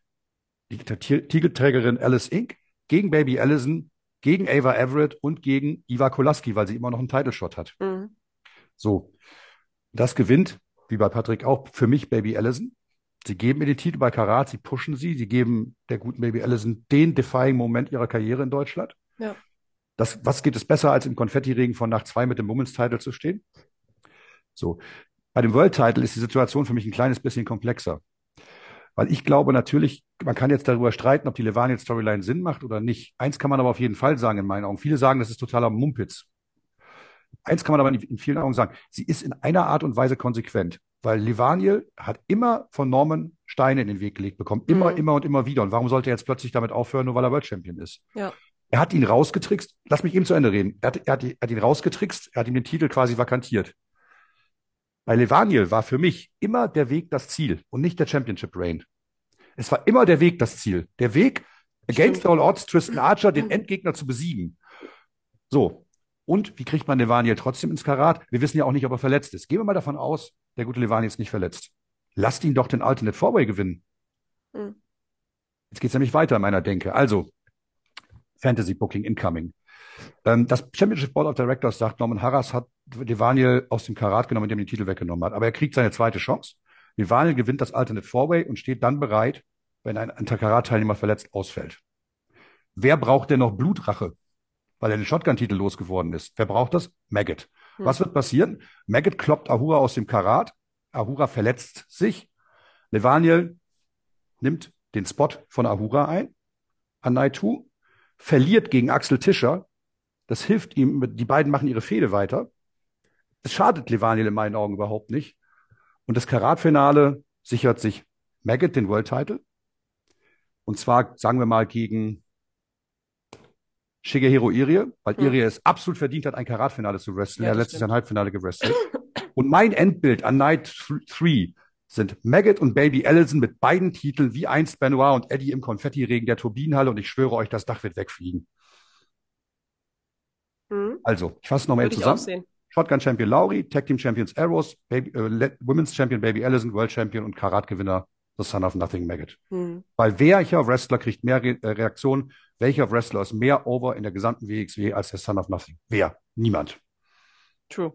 Die Titelträgerin Alice Inc. gegen Baby Allison, gegen Ava Everett und gegen Iva Kolaski, weil sie immer noch einen Title-Shot hat. Mhm. So, das gewinnt, wie bei Patrick auch, für mich Baby Allison. Sie geben ihr den Titel bei Karat, sie pushen sie, sie geben der guten Baby Allison den defying Moment ihrer Karriere in Deutschland. Ja. Das, was geht es besser, als im Konfetti-Regen von Nacht zwei mit dem Women's Title zu stehen? So. Bei dem World Title ist die Situation für mich ein kleines bisschen komplexer. Weil ich glaube natürlich, man kann jetzt darüber streiten, ob die Levaniel-Storyline Sinn macht oder nicht. Eins kann man aber auf jeden Fall sagen, in meinen Augen. Viele sagen, das ist totaler Mumpitz. Eins kann man aber in vielen Augen sagen. Sie ist in einer Art und Weise konsequent. Weil Levaniel hat immer von Norman Steine in den Weg gelegt bekommen. Immer, Mhm. immer und immer wieder. Und warum sollte er jetzt plötzlich damit aufhören, nur weil er World Champion ist? Ja. Er hat ihn rausgetrickst. Lass mich eben zu Ende reden. Er hat, er hat, er hat ihn rausgetrickst. Er hat ihm den Titel quasi vakantiert. Bei Levaniel war für mich immer der Weg das Ziel und nicht der Championship Reign. Es war immer der Weg das Ziel. Der Weg, against Stimmt. all odds, Tristan Archer, den Endgegner zu besiegen. So. Und wie kriegt man Levaniel trotzdem ins Karat? Wir wissen ja auch nicht, ob er verletzt ist. Gehen wir mal davon aus, der gute Levaniel ist nicht verletzt. Lasst ihn doch den Alternate Four-Way gewinnen. Mhm. Jetzt geht es nämlich weiter in meiner Denke. Also, Fantasy Booking incoming. Ähm, das Championship Board of Directors sagt, Norman Harras hat Levaniel aus dem Karat genommen, indem er den Titel weggenommen hat. Aber er kriegt seine zweite Chance. Levaniel gewinnt das Alternate Four-Way und steht dann bereit, wenn ein Karat-Teilnehmer verletzt ausfällt. Wer braucht denn noch Blutrache? Weil er den Shotgun-Titel losgeworden ist. Wer braucht das? Maggot. Mhm. Was wird passieren? Maggot kloppt Ahura aus dem Karat. Ahura verletzt sich. Levaniel nimmt den Spot von Ahura ein an Night zwei, verliert gegen Axel Tischer. Das hilft ihm. Die beiden machen ihre Fehde weiter. Es schadet Levaniel in meinen Augen überhaupt nicht. Und das Karat-Finale sichert sich Maggot den World Title. Und zwar, sagen wir mal, gegen Shigehiro Irie, weil Mhm. Irie es absolut verdient hat, ein Karat-Finale zu wresteln. Ja, er hat das letztes Jahr stimmt. ein Halbfinale gewrestelt. Und mein Endbild an Night drei sind Maggot und Baby Allison mit beiden Titeln wie einst Benoit und Eddie im Konfettiregen der Turbinenhalle. Und ich schwöre euch, das Dach wird wegfliegen. Mhm. Also, ich fasse nochmal eben Würde ich auch zusammen. sehen. Shotgun Champion Lauri, Tag Team Champions Arrows, Baby, äh, Women's Champion Baby Allison, World Champion und Karat-Gewinner The Son of Nothing Maggot. Mhm. Weil welcher Wrestler kriegt mehr Re äh, Reaktionen? Welcher Wrestler ist mehr over in der gesamten W X W als der Son of Nothing? Wer? Niemand. True.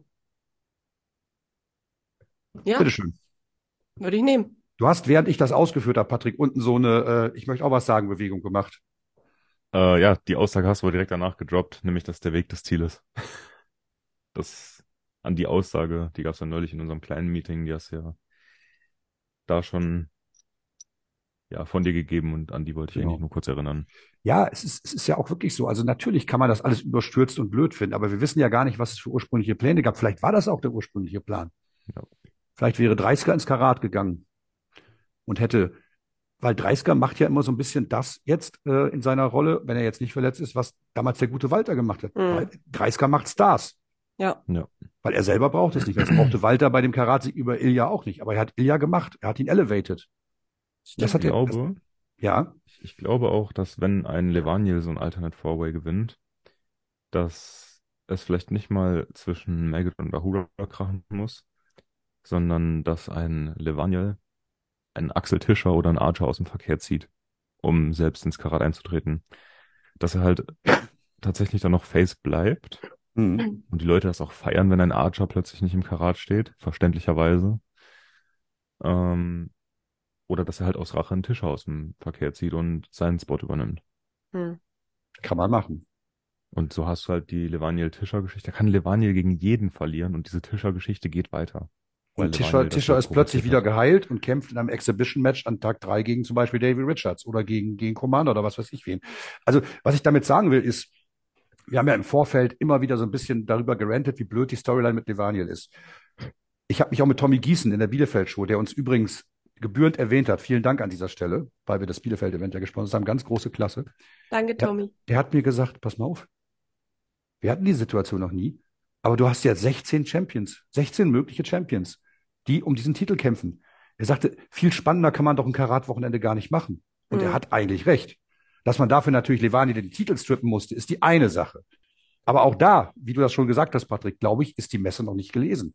Ja, Bitteschön. würde ich nehmen. Du hast, während ich das ausgeführt habe, Patrick, unten so eine, äh, ich möchte auch was sagen, Bewegung gemacht. Äh, ja, die Aussage hast du aber direkt danach gedroppt, nämlich, dass der Weg das Ziel ist. Das an die Aussage, die gab es ja neulich in unserem kleinen Meeting, die hast du ja da schon ja, von dir gegeben und an die wollte ich Genau. eigentlich nur kurz erinnern. Ja, es ist, es ist ja auch wirklich so. Also natürlich kann man das alles überstürzt und blöd finden, aber wir wissen ja gar nicht, was es für ursprüngliche Pläne gab. Vielleicht war das auch der ursprüngliche Plan. Ja. Vielleicht wäre Dreisker ins Karat gegangen und hätte weil Dreisker macht ja immer so ein bisschen das jetzt äh, in seiner Rolle, wenn er jetzt nicht verletzt ist, was damals der gute Walter gemacht hat. Weil Hm. Dreisker macht Stars, Ja. Ja. weil er selber braucht es nicht. Das brauchte Walter bei dem Karatsieg über Ilja auch nicht. Aber er hat Ilja gemacht, er hat ihn elevated. Das Ich hat er, das, glaube, ja, ich, ich glaube auch, dass wenn ein Levaniel so ein Alternate Four-Way gewinnt, dass es vielleicht nicht mal zwischen Maggot und Ahura krachen muss, sondern dass ein Levaniel einen Axel Tischer oder einen Archer aus dem Verkehr zieht, um selbst ins Karat einzutreten. Dass er halt tatsächlich dann noch Face bleibt hm. und die Leute das auch feiern, wenn ein Archer plötzlich nicht im Karat steht, verständlicherweise. Ähm, oder dass er halt aus Rache einen Tischer aus dem Verkehr zieht und seinen Spot übernimmt. Hm. Kann man machen. Und so hast du halt die Levaniel-Tischer-Geschichte. Da kann Levaniel gegen jeden verlieren und diese Tischer-Geschichte geht weiter. Weil Und Tischer, Levaniel das Tischer halt ist plötzlich provoziert wieder hat. geheilt und kämpft in einem Exhibition-Match an Tag drei gegen zum Beispiel Davey Richards oder gegen, gegen Commander oder was weiß ich wen. Also, was ich damit sagen will, ist, wir haben ja im Vorfeld immer wieder so ein bisschen darüber gerantet, wie blöd die Storyline mit Levaniel ist. Ich habe mich auch mit Tommy Gießen in der Bielefeld-Show, der uns übrigens gebührend erwähnt hat, vielen Dank an dieser Stelle, weil wir das Bielefeld-Event ja gesponsert haben, ganz große Klasse. Danke, Der, Tommy. der hat mir gesagt, pass mal auf, wir hatten die Situation noch nie, aber du hast ja sechzehn Champions, sechzehn mögliche Champions, die um diesen Titel kämpfen. Er sagte, viel spannender kann man doch ein Karat-Wochenende gar nicht machen. Und er Hm. hat eigentlich recht. Dass man dafür natürlich Levani den Titel strippen musste, ist die eine Sache. Aber auch da, wie du das schon gesagt hast, Patrick, glaube ich, ist die Messe noch nicht gelesen.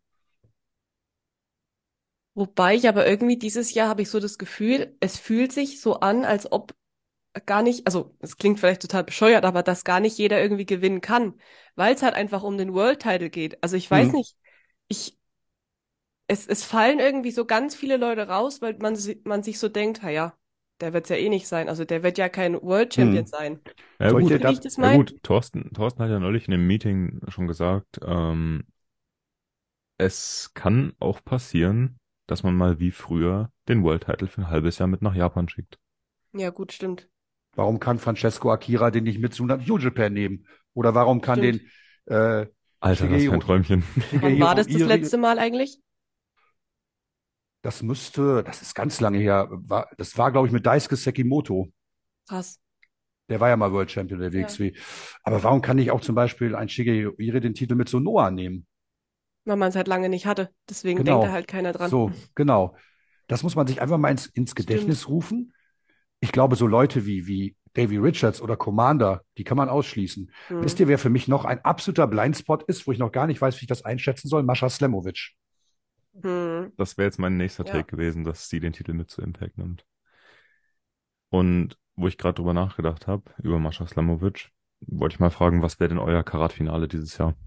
Wobei ich aber irgendwie dieses Jahr habe ich so das Gefühl, es fühlt sich so an, als ob gar nicht, also es klingt vielleicht total bescheuert, aber dass gar nicht jeder irgendwie gewinnen kann, weil es halt einfach um den World Title geht. Also ich weiß Hm. nicht, ich, es, es fallen irgendwie so ganz viele Leute raus, weil man, si- man sich so denkt, ha ja, der wird es ja eh nicht sein. Also der wird ja kein World Champion Hm. sein. Ja Soll ich gut, dir Wie ich da, das ja meine? gut, Thorsten, Thorsten hat ja neulich in einem Meeting schon gesagt, ähm, es kann auch passieren, dass man mal wie früher den World Title für ein halbes Jahr mit nach Japan schickt. Ja, gut, stimmt. warum kann Francesco Akira den nicht mit zu New Japan nehmen? Oder warum kann Stimmt. den äh, Alter, das ist ein Shigehiro, Träumchen. Wann war Shigehiro das das Iri, letzte Mal eigentlich? das müsste, das ist ganz lange her, war, das war, glaube ich, mit Daisuke Sekimoto. Krass. Der war ja mal World Champion der Ja. W X W. Aber warum kann nicht auch zum Beispiel ein Shigehiro Iri den Titel mit Sonoa nehmen? Weil man es halt lange nicht hatte. Deswegen denkt da Genau. halt keiner dran. So, genau. Das muss man sich einfach mal ins, ins Gedächtnis Stimmt. rufen. Ich glaube, so Leute wie, wie Davey Richards oder Commander, die kann man ausschließen. Hm. Wisst ihr, wer für mich noch ein absoluter Blindspot ist, wo ich noch gar nicht weiß, wie ich das einschätzen soll? Mascha Slamovic. Hm. Das wäre jetzt mein nächster Ja. Take gewesen, dass sie den Titel mit zu Impact nimmt. Und wo ich gerade drüber nachgedacht habe, über Mascha Slamovic, wollte ich mal fragen, was wäre denn euer Karat-Finale dieses Jahr?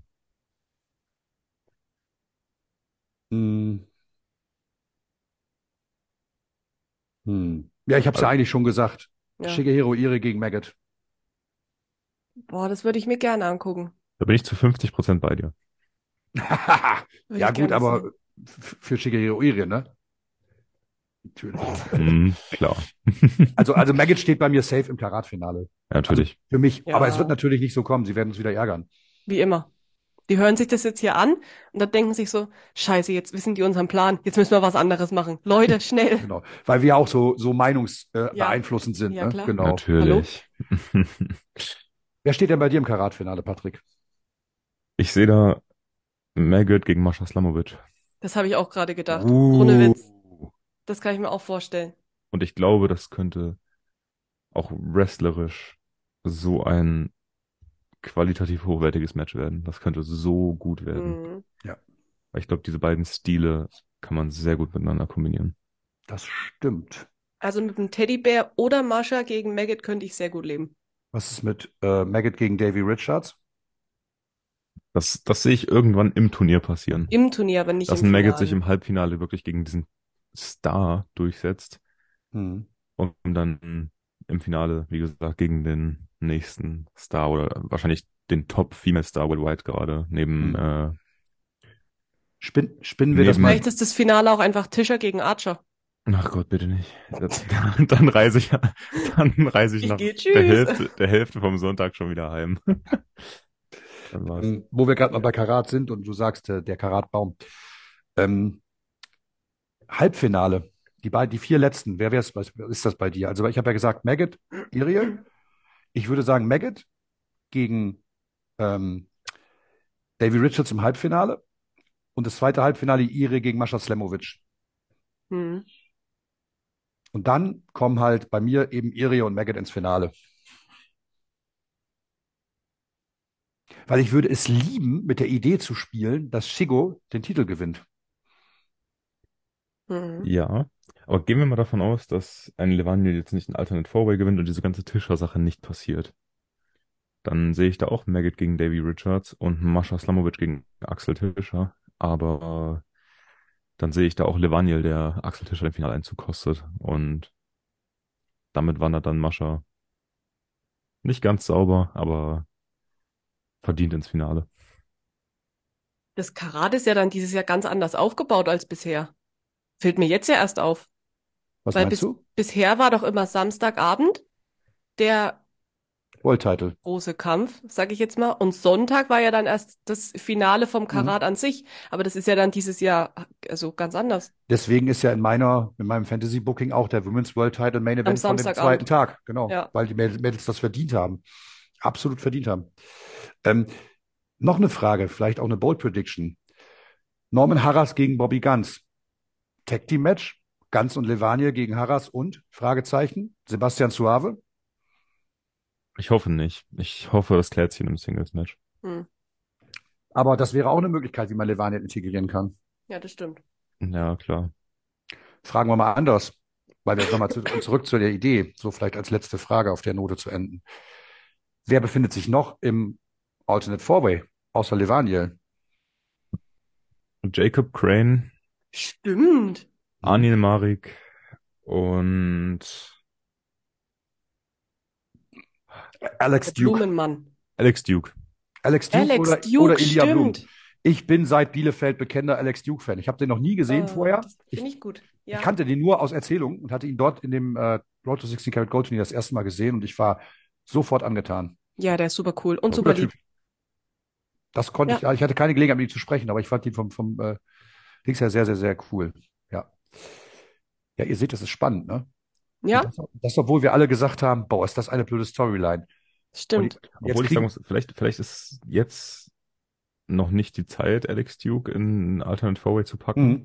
Hm. Hm. Ja, ich habe es ja Also, eigentlich schon gesagt. Ja. Shigehiro Iri gegen Maggot. Boah, das würde ich mir gerne angucken. da bin ich zu fünfzig Prozent bei dir. Würde Ja, ich gut, gerne aber sehen. f- für Shigehiro Iri, ne? Natürlich. Hm, klar. Also, also Maggot steht bei mir safe im Karat-Finale. Ja, natürlich. Für mich. Aber es wird Ja, natürlich nicht so kommen. Sie werden uns wieder ärgern. wie immer. Die hören sich das jetzt hier an und dann denken sich so, Scheiße, jetzt wissen die unseren Plan. Jetzt müssen wir was anderes machen. Leute, schnell. Genau. Weil wir auch so, so meinungsbeeinflussend äh, Ja, beeinflussend sind, ja ne? klar. Genau. Natürlich. Wer steht denn bei dir im Karat-Finale, Patrick? Ich sehe da Maggot gegen Mascha Slamovic. Das habe ich auch gerade gedacht. Ohne Uh. Witz. Das kann ich mir auch vorstellen. Und ich glaube, das könnte auch wrestlerisch so ein qualitativ hochwertiges Match werden. Das könnte so gut werden. Mhm. Ja, Weil ich glaube, diese beiden Stile kann man sehr gut miteinander kombinieren. das stimmt. Also mit einem Teddybär oder Mascha gegen Maggot könnte ich sehr gut leben. Was ist mit äh, Maggot gegen Davey Richards? Das, das sehe ich irgendwann im Turnier passieren. Im Turnier, aber nicht Dass im ein Maggot sich Finale. im Halbfinale wirklich gegen diesen Star durchsetzt Hm. und dann im Finale, wie gesagt, gegen den nächsten Star oder wahrscheinlich den Top-Female-Star worldwide gerade, neben, Hm. äh, Spin, spinnen wir das Neben- mal. Vielleicht ist das Finale auch einfach Tischer gegen Archer. ach Gott, bitte nicht. Das, dann, dann reise ich, dann reise ich Ich nach gehe, der tschüss. Hälfte, der Hälfte vom Sonntag schon wieder heim. Dann war's. Ähm, wo wir gerade mal bei Karat sind und du sagst, äh, der Karatbaum. Ähm, Halbfinale. Die beiden, die vier letzten, wer wär's, was ist das bei dir? Also ich habe ja gesagt, Maggot, Iriel. Ich würde sagen, Maggot gegen ähm, Davy Richards im Halbfinale und das zweite Halbfinale Iriel gegen Mascha Slemovic. Hm. Und dann kommen halt bei mir eben Iriel und Maggot ins Finale. Weil ich würde es lieben, mit der Idee zu spielen, dass Shigo den Titel gewinnt. Mhm. Ja, aber gehen wir mal davon aus, dass ein Levaniel jetzt nicht ein Alternate Four-Way gewinnt und diese ganze Tischer-Sache nicht passiert. Dann sehe ich da auch Maggot gegen Davy Richards und Mascha Slamovic gegen Axel Tischer. Aber dann sehe ich da auch Levaniel, der Axel Tischer den Finaleinzug kostet. Und damit wandert dann Mascha nicht ganz sauber, aber verdient ins Finale. Das Karat ist ja dann dieses Jahr ganz anders aufgebaut als bisher. Fällt mir jetzt ja erst auf. Was Weil meinst bis, du? bisher war doch immer Samstagabend der World Title. große Kampf, sag ich jetzt mal. Und Sonntag war ja dann erst das Finale vom Mhm. Karat an sich. Aber das ist ja dann dieses Jahr also ganz anders. Deswegen ist ja in meiner, in meinem Fantasy Booking auch der Women's World Title Main Am Event von dem zweiten Samstagabend. Tag. Genau. Ja. Weil die Mädels Mädels das verdient haben. Absolut verdient haben. Ähm, noch eine Frage, vielleicht auch eine Bold Prediction. Norman Harras gegen Bobby Guns. Tag Team Match. Guns und Levaniel gegen Harras und Fragezeichen. Sebastian Suave. Ich hoffe nicht. Ich hoffe, das klärt sich in einem Singles-Match. Hm. Aber das wäre auch eine Möglichkeit, wie man Levaniel integrieren kann. Ja, das stimmt. Ja, klar. Fragen wir mal anders, weil wir jetzt nochmal zu, zurück zu der Idee, so vielleicht als letzte Frage auf der Note zu enden. Wer befindet sich noch im Alternate Four-Way, außer Levaniel? Jacob Crane, Stimmt. Hm? Anil Marik und Alex Der Duke. Blumenmann. Alex Duke. Alex Duke Alex oder, Duke, oder Ilya Blum. stimmt. Ich bin seit Bielefeld bekennender Alex Duke-Fan. Ich habe den noch nie gesehen Äh, vorher. das Ich, finde ich gut. ich Ja. kannte den nur aus Erzählungen und hatte ihn dort in dem äh, Road to sixteen Karat Gold Turnier das erste Mal gesehen und ich war sofort angetan. Ja, der ist super cool und super Cooler Typ. lieb. Das konnte ich, Ja. ich hatte keine Gelegenheit, mit ihm zu sprechen, aber ich fand ihn vom, vom äh, Dings her sehr, sehr, sehr cool. Ja. Ja, ihr seht, das ist spannend, ne? Und Ja, das, das, obwohl wir alle gesagt haben, boah, ist das eine blöde Storyline. Und stimmt. jetzt Obwohl ich sagen kriegen, muss, vielleicht, vielleicht ist jetzt noch nicht die Zeit, Alex Duke in ein Alternate Four-Way zu packen. Mhm.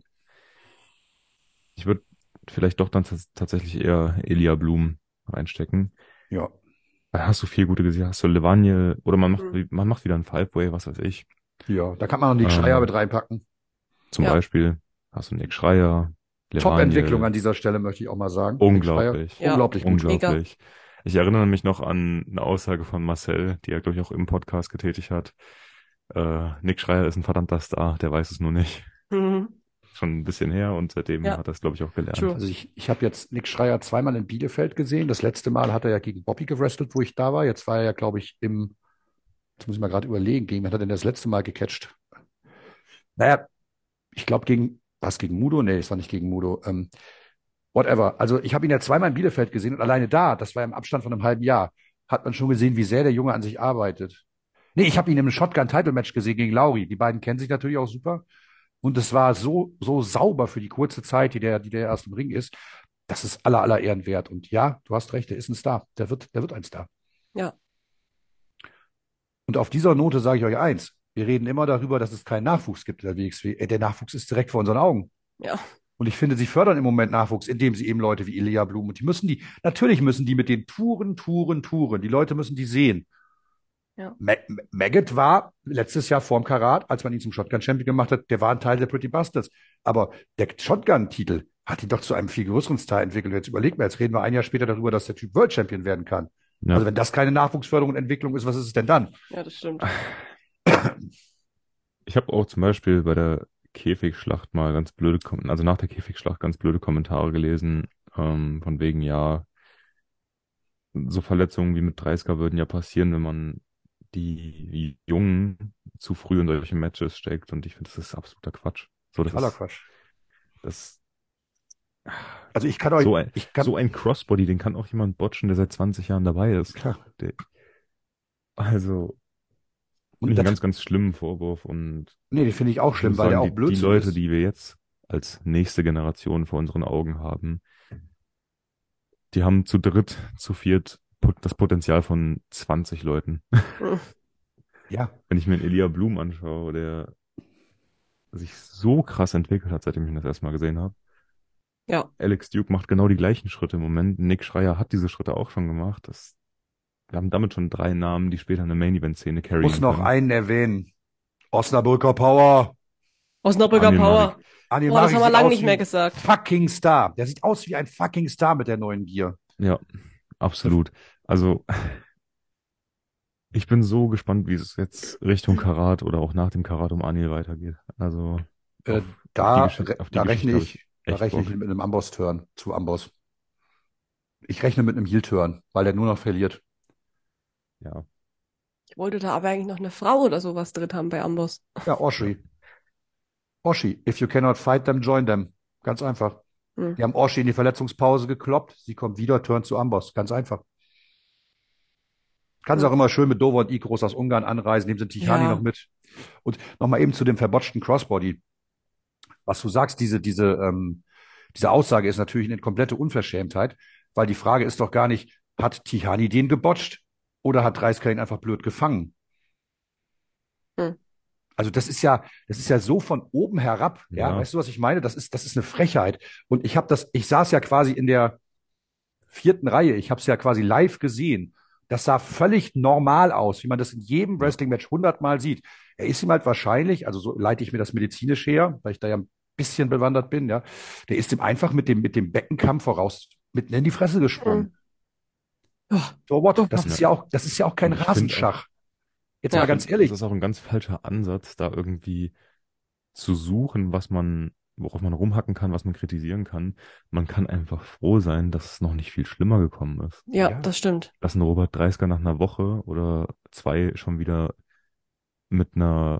Ich würde vielleicht doch dann tats- tatsächlich eher Elia Blum reinstecken. Ja, Da hast du vier gute gesehen, hast du Levaniel oder man macht, Hm. man macht wieder ein Five-Way, was weiß ich. ja, da kann man noch Nick Schreier mit Ähm, reinpacken. zum Ja. Beispiel hast du Nick Schreier, Top-Entwicklung Levaniel. an dieser Stelle, möchte ich auch mal sagen. Nick Schreier, Unglaublich. Ja. unglaublich gut. Unglaublich. Ich erinnere mich noch an eine Aussage von Marcel, die er, glaube ich, auch im Podcast getätigt hat. Äh, Nick Schreier ist ein verdammter Star, der weiß es nur nicht. Mhm. Schon ein bisschen her und seitdem Ja. hat er es, glaube ich, auch gelernt. True. Also ich, ich habe jetzt Nick Schreier zweimal in Bielefeld gesehen. Das letzte Mal hat er ja gegen Bobby gewrestelt, wo ich da war. Jetzt war er ja, glaube ich, im, jetzt muss ich mal gerade überlegen, gegen wen hat er denn das letzte Mal gecatcht? Naja, ich glaube gegen, was gegen Mudo? Nee, es war nicht gegen Mudo. Ähm, whatever. Also ich habe ihn ja zweimal in Bielefeld gesehen und alleine da, das war im Abstand von einem halben Jahr, hat man schon gesehen, wie sehr der Junge an sich arbeitet. Nee, ich habe ihn im Shotgun-Title-Match gesehen gegen Lauri. Die beiden kennen sich natürlich auch super. Und es war so, so sauber für die kurze Zeit, die der, die der erst im Ring ist. Das ist aller, aller Ehren wert. Und ja, du hast recht, der ist ein Star. Der wird, der wird ein Star. Ja. Und auf dieser Note sage ich euch eins. Wir reden immer darüber, dass es keinen Nachwuchs gibt in der W X W. Äh, Der Nachwuchs ist direkt vor unseren Augen. Ja. Und ich finde, sie fördern im Moment Nachwuchs, indem sie eben Leute wie Ilya Blum und die müssen die, natürlich müssen die mit den Touren, Touren, Touren. Die Leute müssen die sehen. Ja. Ma Maggot war letztes Jahr vorm Karat, als man ihn zum Shotgun-Champion gemacht hat, der war ein Teil der Pretty Bastards. Aber der Shotgun-Titel hat ihn doch zu einem viel größeren Star entwickelt. Jetzt überlegt mal, jetzt reden wir ein Jahr später darüber, dass der Typ World Champion werden kann. Ja. Also wenn das keine Nachwuchsförderung und Entwicklung ist, was ist es denn dann? Ja, das stimmt. Ich habe auch zum Beispiel bei der Käfigschlacht mal ganz blöde, Kom also nach der Käfigschlacht ganz blöde Kommentare gelesen, ähm, von wegen, ja, so Verletzungen wie mit dreißiger würden ja passieren, wenn man die Jungen zu früh in solche Matches steckt. Und ich finde, das ist absoluter Quatsch. So, das Totaler ist, Quatsch. das, Also ich kann euch, so ein, ich kann, so ein Crossbody, den kann auch jemand botchen, der seit zwanzig Jahren dabei ist. klar. Der, also, Und finde ich einen das, ganz, ganz schlimmen Vorwurf. Und nee, den finde ich auch ich schlimm, muss weil der sagen, auch die, die Blödsinn Leute, ist. die wir jetzt als nächste Generation vor unseren Augen haben. Die haben zu dritt, zu viert pot- das Potenzial von zwanzig Leuten. Hm. Ja, Wenn ich mir einen Elia Blum anschaue, der sich so krass entwickelt hat, seitdem ich ihn das erste Mal gesehen habe. Ja, Alex Duke macht genau die gleichen Schritte im Moment. Nick Schreier hat diese Schritte auch schon gemacht. Das, wir haben damit schon drei Namen, die später eine Main-Event-Szene muss carryen noch können. einen erwähnen. Osnabrücker Power. Osnabrücker Anil Malik. Power. Anil Boah, das Mari haben wir sieht lange aus nicht wie mehr ein gesagt. fucking Star. Der sieht aus wie ein fucking Star mit der neuen Gier. Ja, absolut. Also, ich bin so gespannt, wie es jetzt Richtung Karat oder auch nach dem Karat um Anil weitergeht. Also, Äh, auf, auf die da, Geschichte, re- auf die da rechne Geschichte habe ich ich, da echt rechne ich Bock. mit einem Amboss-Turn zu Amboss. Ich rechne mit einem Heel-Turn, weil der nur noch verliert. Ja, Ich wollte da aber eigentlich noch eine Frau oder sowas drin haben bei Amboss. Ja, Oshi. Oshi. If you cannot fight them, join them. Ganz einfach. Hm. Die haben Oshi in die Verletzungspause gekloppt. Sie kommt wieder, Turn zu Amboss. Ganz einfach. Kann sie Hm. auch immer schön mit Dover und Ikros aus Ungarn anreisen. Nehmen sie Tichani noch Ja. mit. Und nochmal eben zu dem verbotschten Crossbody. Was du sagst, diese, diese, ähm, diese Aussage ist natürlich eine komplette Unverschämtheit, weil die Frage ist doch gar nicht, hat Tichani den gebotcht oder hat Dreisker ihn einfach blöd gefangen? Hm. Also das ist ja, das ist ja so von oben herab, ja, ja, weißt du, was ich meine? Das ist, das ist eine Frechheit. Und ich habe das, ich saß ja quasi in der vierten Reihe, ich habe es ja quasi live gesehen. Das sah völlig normal aus, wie man das in jedem ja. Wrestling-Match hundertmal sieht. Er ist ihm halt wahrscheinlich, also so leite ich mir das medizinisch her, weil ich da ja ein bisschen bewandert bin, ja, der ist ihm einfach mit dem, mit dem Beckenkamm voraus mitten in die Fresse Hm. gesprungen. Ja. So what? Doch, Das ist Ja. ja auch, das ist ja auch kein Und ich finde auch, Rasenschach. Jetzt und mal ich Ja. ganz finde, das ehrlich, ist auch ein ganz falscher Ansatz, da irgendwie zu suchen, was man, worauf man rumhacken kann, was man kritisieren kann. Man kann einfach froh sein, dass es noch nicht viel schlimmer gekommen ist. Ja, ja, das stimmt. Dass ein Robert Dreisker nach einer Woche oder zwei schon wieder mit einer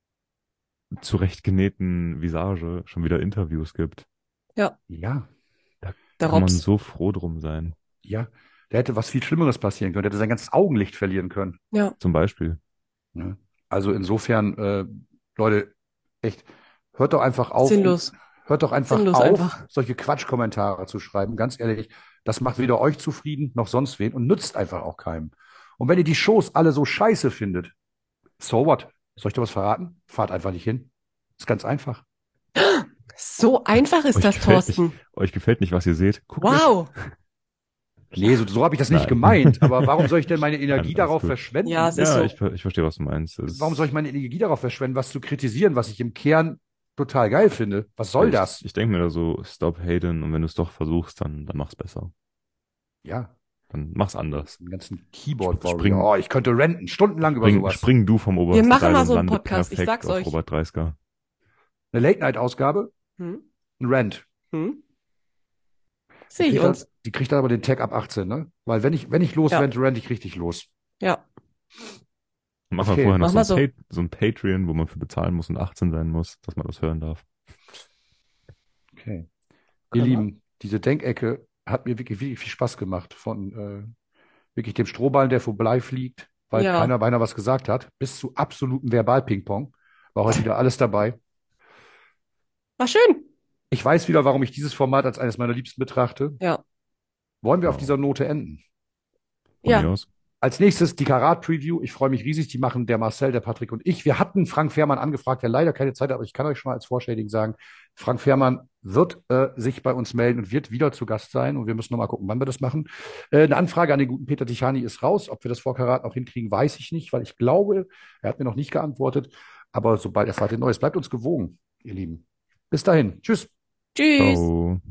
zurechtgenähten Visage schon wieder Interviews gibt. Ja, ja, Da der kann man Robs. so froh drum sein. ja, der hätte was viel Schlimmeres passieren können. Der hätte sein ganzes Augenlicht verlieren können. Ja. Zum Beispiel. Ne? Also insofern, äh, Leute, echt, hört doch einfach auf, Sinnlos. hört doch einfach Sinnlos auf, einfach. solche Quatschkommentare zu schreiben. Ganz ehrlich, das macht weder euch zufrieden noch sonst wen und nützt einfach auch keinem. Und wenn ihr die Shows alle so scheiße findet, so what? Soll ich dir was verraten? Fahrt einfach nicht hin. Ist ganz einfach. So einfach ist Euch das, gefällt nicht, Thorsten. euch gefällt nicht, was ihr seht. Guckt nicht. Wow. Nee, so, so habe ich das nicht Nein. gemeint. Aber warum soll ich denn meine Energie Nein, alles darauf gut. verschwenden? Ja, es ist Ja, so. ich, ver- ich verstehe, was du meinst. Es Warum soll ist, ich meine Energie darauf verschwenden, was zu kritisieren, was ich im Kern total geil finde? Was soll ich, das? ich denke mir da so, stop haten und wenn du es doch versuchst, dann, dann mach's besser. Ja, Dann mach's anders. den ganzen Keyboard Warrior. Spring, Oh, ich könnte renten, stundenlang über spring, sowas. spring du vom Wir obersten machen Seil mal und so einen lande Podcast, ich perfekt sag's auf euch. Robert Dreisker. Eine Late-Night-Ausgabe, Hm? ein Rant. Hm? Die Sehe ich kriegt, dann, uns. die kriegt dann aber den Tag ab achtzehn, ne? Weil wenn ich, wenn ich Ja. losrente, rente ich richtig los. Ja. Machen wir Okay. vorher noch Mach so mal ein, so. Pa- so ein Patreon, wo man für bezahlen muss und achtzehn sein muss, dass man das hören darf. Okay. Ihr Können wir. Lieben, diese Denkecke hat mir wirklich, wirklich viel Spaß gemacht. Von äh, wirklich dem Strohballen, der vorbeifliegt, weil Ja. keiner beinahe was gesagt hat, bis zu absolutem Verbal-Ping-Pong. War heute wieder alles dabei. War schön. Ich weiß wieder, warum ich dieses Format als eines meiner Liebsten betrachte. Ja. Wollen wir auf Ja. dieser Note enden? Von mir Ja. aus. Als nächstes die Karat-Preview. Ich freue mich riesig. Die machen der Marcel, der Patrick und ich. Wir hatten Frank Fährmann angefragt, der leider keine Zeit hat, aber ich kann euch schon mal als Vorschädigen sagen, Frank Fährmann wird äh, sich bei uns melden und wird wieder zu Gast sein. Und wir müssen noch mal gucken, wann wir das machen. Äh, eine Anfrage an den guten Peter Tichani ist raus. Ob wir das vor Karat noch hinkriegen, weiß ich nicht, weil ich glaube, er hat mir noch nicht geantwortet. Aber sobald er erfahrt, Neues, bleibt uns gewogen, ihr Lieben. Bis dahin. Tschüss. Tschüss. Ciao.